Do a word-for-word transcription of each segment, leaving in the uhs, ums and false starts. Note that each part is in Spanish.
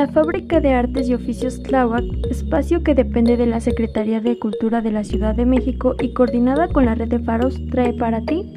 La Fábrica de Artes y Oficios Tláhuac, espacio que depende de la Secretaría de Cultura de la Ciudad de México y coordinada con la Red de Faros, trae para ti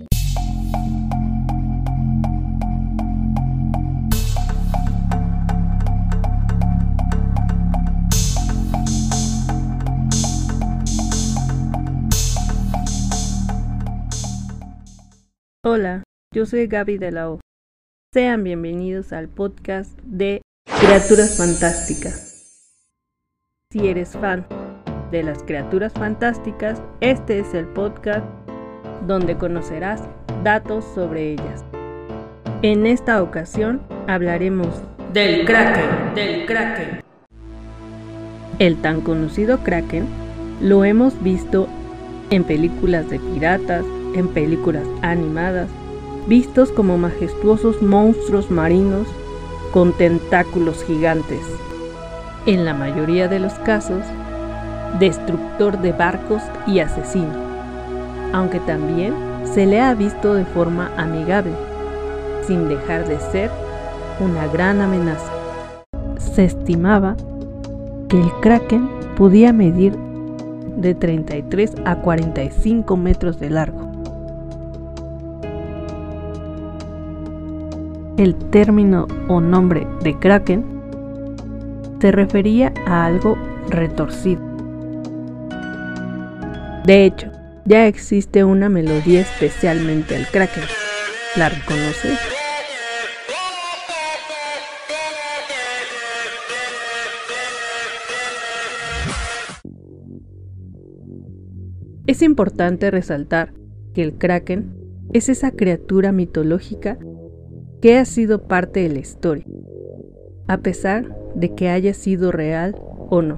Hola, yo soy Gaby de la O. Sean bienvenidos al podcast de Criaturas Fantásticas. Si eres fan de las criaturas fantásticas, este es el podcast donde conocerás datos sobre ellas. En esta ocasión hablaremos del Kraken, del Kraken. El tan conocido Kraken lo hemos visto en películas de piratas, en películas animadas, vistos como majestuosos monstruos marinos con tentáculos gigantes. En la mayoría de los casos, destructor de barcos y asesino, aunque también se le ha visto de forma amigable, sin dejar de ser una gran amenaza. Se estimaba que el Kraken podía medir de treinta y tres a cuarenta y cinco metros de largo. El término o nombre de Kraken se refería a algo retorcido. De hecho, ya existe una melodía especialmente al Kraken. ¿La reconoces? Es importante resaltar que el Kraken es esa criatura mitológica que ha sido parte de la historia, a pesar de que haya sido real o no.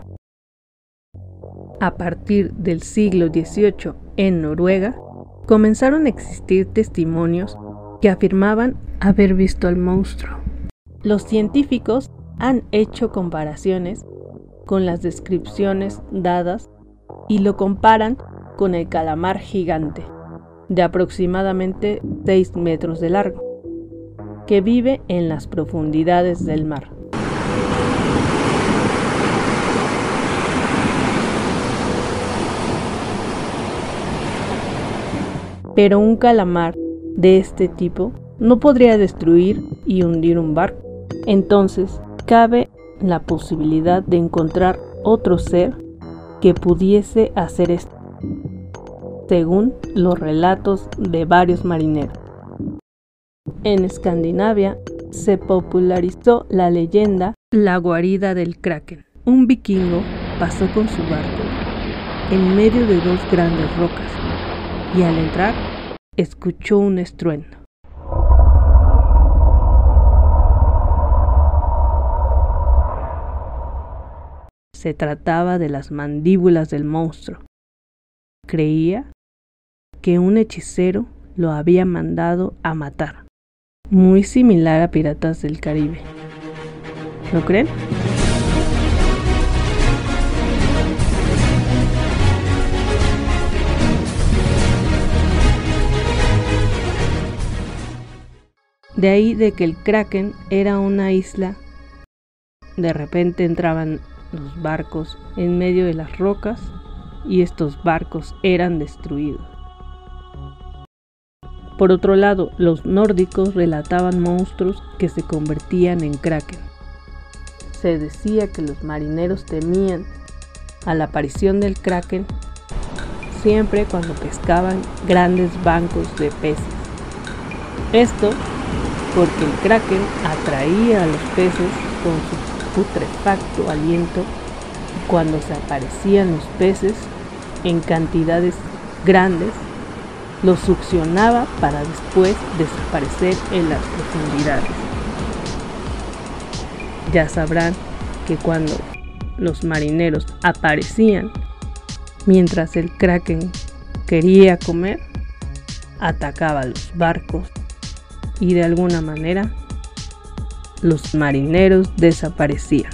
A partir del siglo dieciocho, en Noruega, comenzaron a existir testimonios que afirmaban haber visto al monstruo. Los científicos han hecho comparaciones con las descripciones dadas y lo comparan con el calamar gigante, de aproximadamente seis metros de largo, que vive en las profundidades del mar. Pero un calamar de este tipo no podría destruir y hundir un barco. Entonces, cabe la posibilidad de encontrar otro ser que pudiese hacer esto, según los relatos de varios marineros. En Escandinavia se popularizó la leyenda La guarida del Kraken. Un vikingo pasó con su barco en medio de dos grandes rocas y al entrar escuchó un estruendo. Se trataba de las mandíbulas del monstruo. Creía que un hechicero lo había mandado a matar. Muy similar a Piratas del Caribe. ¿No creen? De ahí de que el Kraken era una isla. De repente entraban los barcos en medio de las rocas y estos barcos eran destruidos. Por otro lado, los nórdicos relataban monstruos que se convertían en kraken. Se decía que los marineros temían a la aparición del kraken siempre cuando pescaban grandes bancos de peces. Esto porque el kraken atraía a los peces con su putrefacto aliento y cuando se aparecían los peces en cantidades grandes, los succionaba para después desaparecer en las profundidades. Ya sabrán que cuando los marineros aparecían mientras el kraken quería comer, atacaba los barcos y de alguna manera los marineros desaparecían.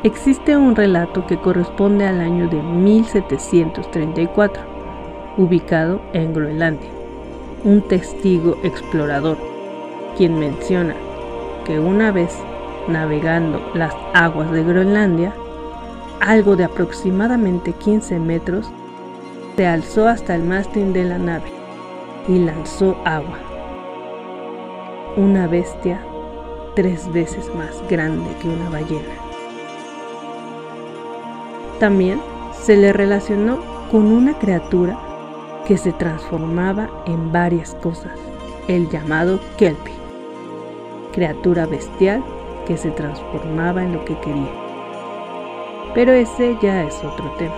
Existe un relato que corresponde al año de mil setecientos treinta y cuatro, ubicado en Groenlandia. Un testigo explorador, quien menciona que una vez navegando las aguas de Groenlandia, algo de aproximadamente quince metros, se alzó hasta el mástil de la nave y lanzó agua. Una bestia tres veces más grande que una ballena. También se le relacionó con una criatura que se transformaba en varias cosas, el llamado Kelpie, criatura bestial que se transformaba en lo que quería. Pero ese ya es otro tema.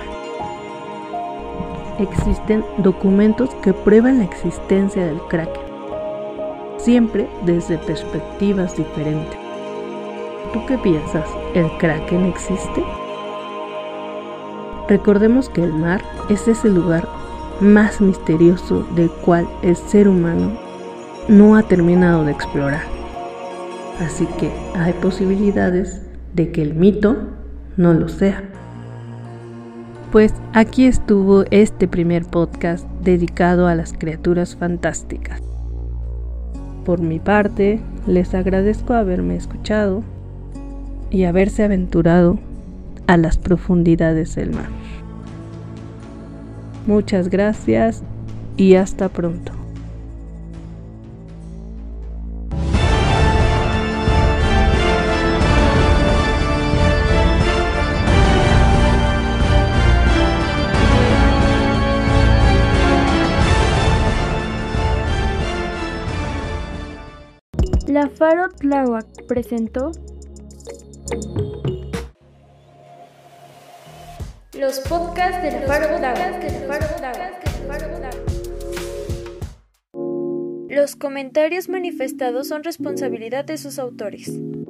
Existen documentos que prueban la existencia del Kraken, siempre desde perspectivas diferentes. ¿Tú qué piensas? ¿El Kraken existe? Recordemos que el mar es ese lugar más misterioso del cual el ser humano no ha terminado de explorar. Así que hay posibilidades de que el mito no lo sea. Pues aquí estuvo este primer podcast dedicado a las criaturas fantásticas. Por mi parte, les agradezco haberme escuchado y haberse aventurado a las profundidades del mar. Muchas gracias y hasta pronto. La Faro Tláhuac presentó los podcasts de la Faro Tláhuac. Los comentarios manifestados son responsabilidad de sus autores.